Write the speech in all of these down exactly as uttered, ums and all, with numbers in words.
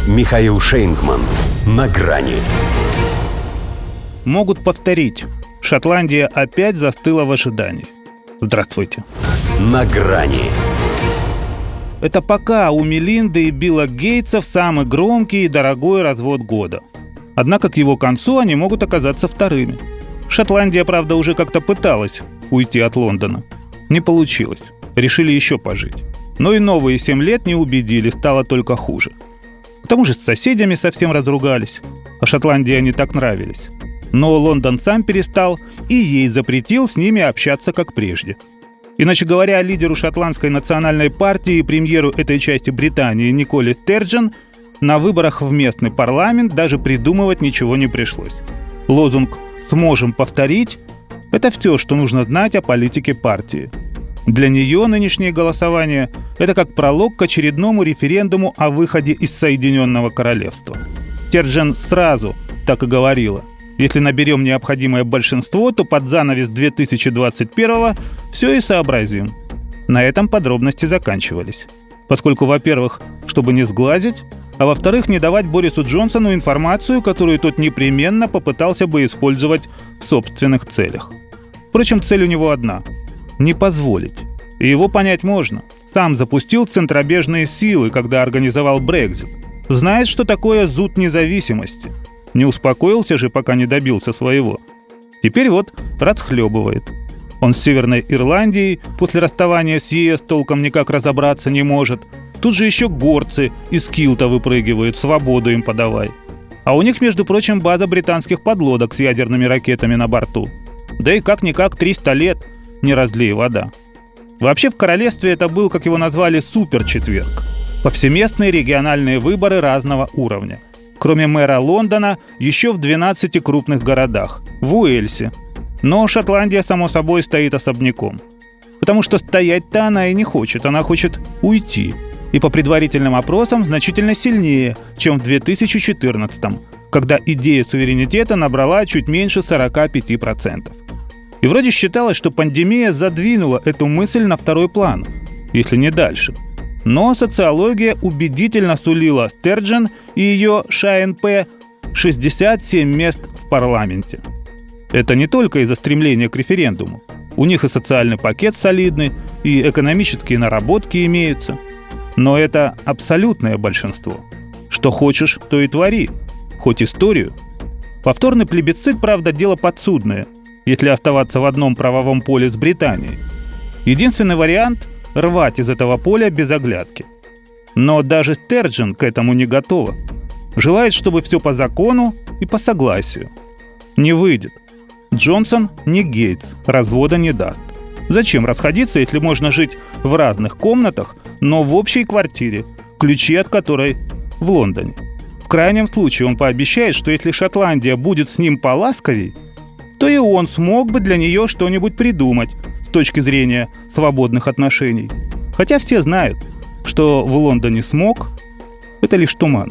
Михаил Шейнгман. На грани. Могут повторить. Шотландия опять застыла в ожидании. Здравствуйте. На грани. Это пока у Мелинды и Билла Гейтсов самый громкий и дорогой развод года. Однако к его концу они могут оказаться вторыми. Шотландия, правда, уже как-то пыталась уйти от Лондона. Не получилось. Решили еще пожить. Но и новые семь лет не убедили, стало только хуже. К тому же с соседями совсем разругались. А Шотландии они так нравились. Но Лондон сам перестал и ей запретил с ними общаться как прежде. Иначе говоря, лидеру шотландской национальной партии и премьеру этой части Британии Николе Стерджен на выборах в местный парламент даже придумывать ничего не пришлось. Лозунг «Сможем повторить» — это все, что нужно знать о политике партии. Для нее нынешнее голосование – это как пролог к очередному референдуму о выходе из Соединенного Королевства. Стерджен сразу так и говорила: если наберем необходимое большинство, то под занавес две тысячи двадцать первого все и сообразим. На этом подробности заканчивались. Поскольку, во-первых, чтобы не сглазить, а во-вторых, не давать Борису Джонсону информацию, которую тот непременно попытался бы использовать в собственных целях. Впрочем, цель у него одна – не позволить. И его понять можно. Сам запустил центробежные силы, когда организовал Брексит. Знает, что такое зуд независимости. Не успокоился же, пока не добился своего. Теперь вот расхлебывает. Он с Северной Ирландией после расставания с ЕС толком никак разобраться не может. Тут же еще горцы из килта выпрыгивают, свободу им подавай. А у них, между прочим, база британских подлодок с ядерными ракетами на борту. Да и как-никак триста лет не разлей вода. Вообще в королевстве это был, как его назвали, суперчетверг. Повсеместные региональные выборы разного уровня. Кроме мэра Лондона, еще в двенадцати крупных городах. В Уэльсе. Но Шотландия, само собой, стоит особняком. Потому что стоять-то она и не хочет. Она хочет уйти. И по предварительным опросам значительно сильнее, чем в две тысячи четырнадцатом, когда идея суверенитета набрала чуть меньше сорок пять процентов. И вроде считалось, что пандемия задвинула эту мысль на второй план, если не дальше. Но социология убедительно сулила Стерджен и ее ШНП шестьдесят семь мест в парламенте. Это не только из-за стремления к референдуму. У них и социальный пакет солидный, и экономические наработки имеются. Но это абсолютное большинство. Что хочешь, то и твори. Хоть историю. Повторный плебисцит, правда, дело подсудное, если оставаться в одном правовом поле с Британией. Единственный вариант – рвать из этого поля без оглядки. Но даже Стерджен к этому не готова. Желает, чтобы все по закону и по согласию. Не выйдет. Джонсон не Гейтс, развода не даст. Зачем расходиться, если можно жить в разных комнатах, но в общей квартире, ключи от которой в Лондоне? В крайнем случае он пообещает, что если Шотландия будет с ним поласковей, то и он смог бы для нее что-нибудь придумать с точки зрения свободных отношений. Хотя все знают, что в Лондоне смог – это лишь туман.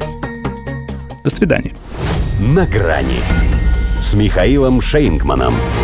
До свидания. На грани с Михаилом Шейнгманом.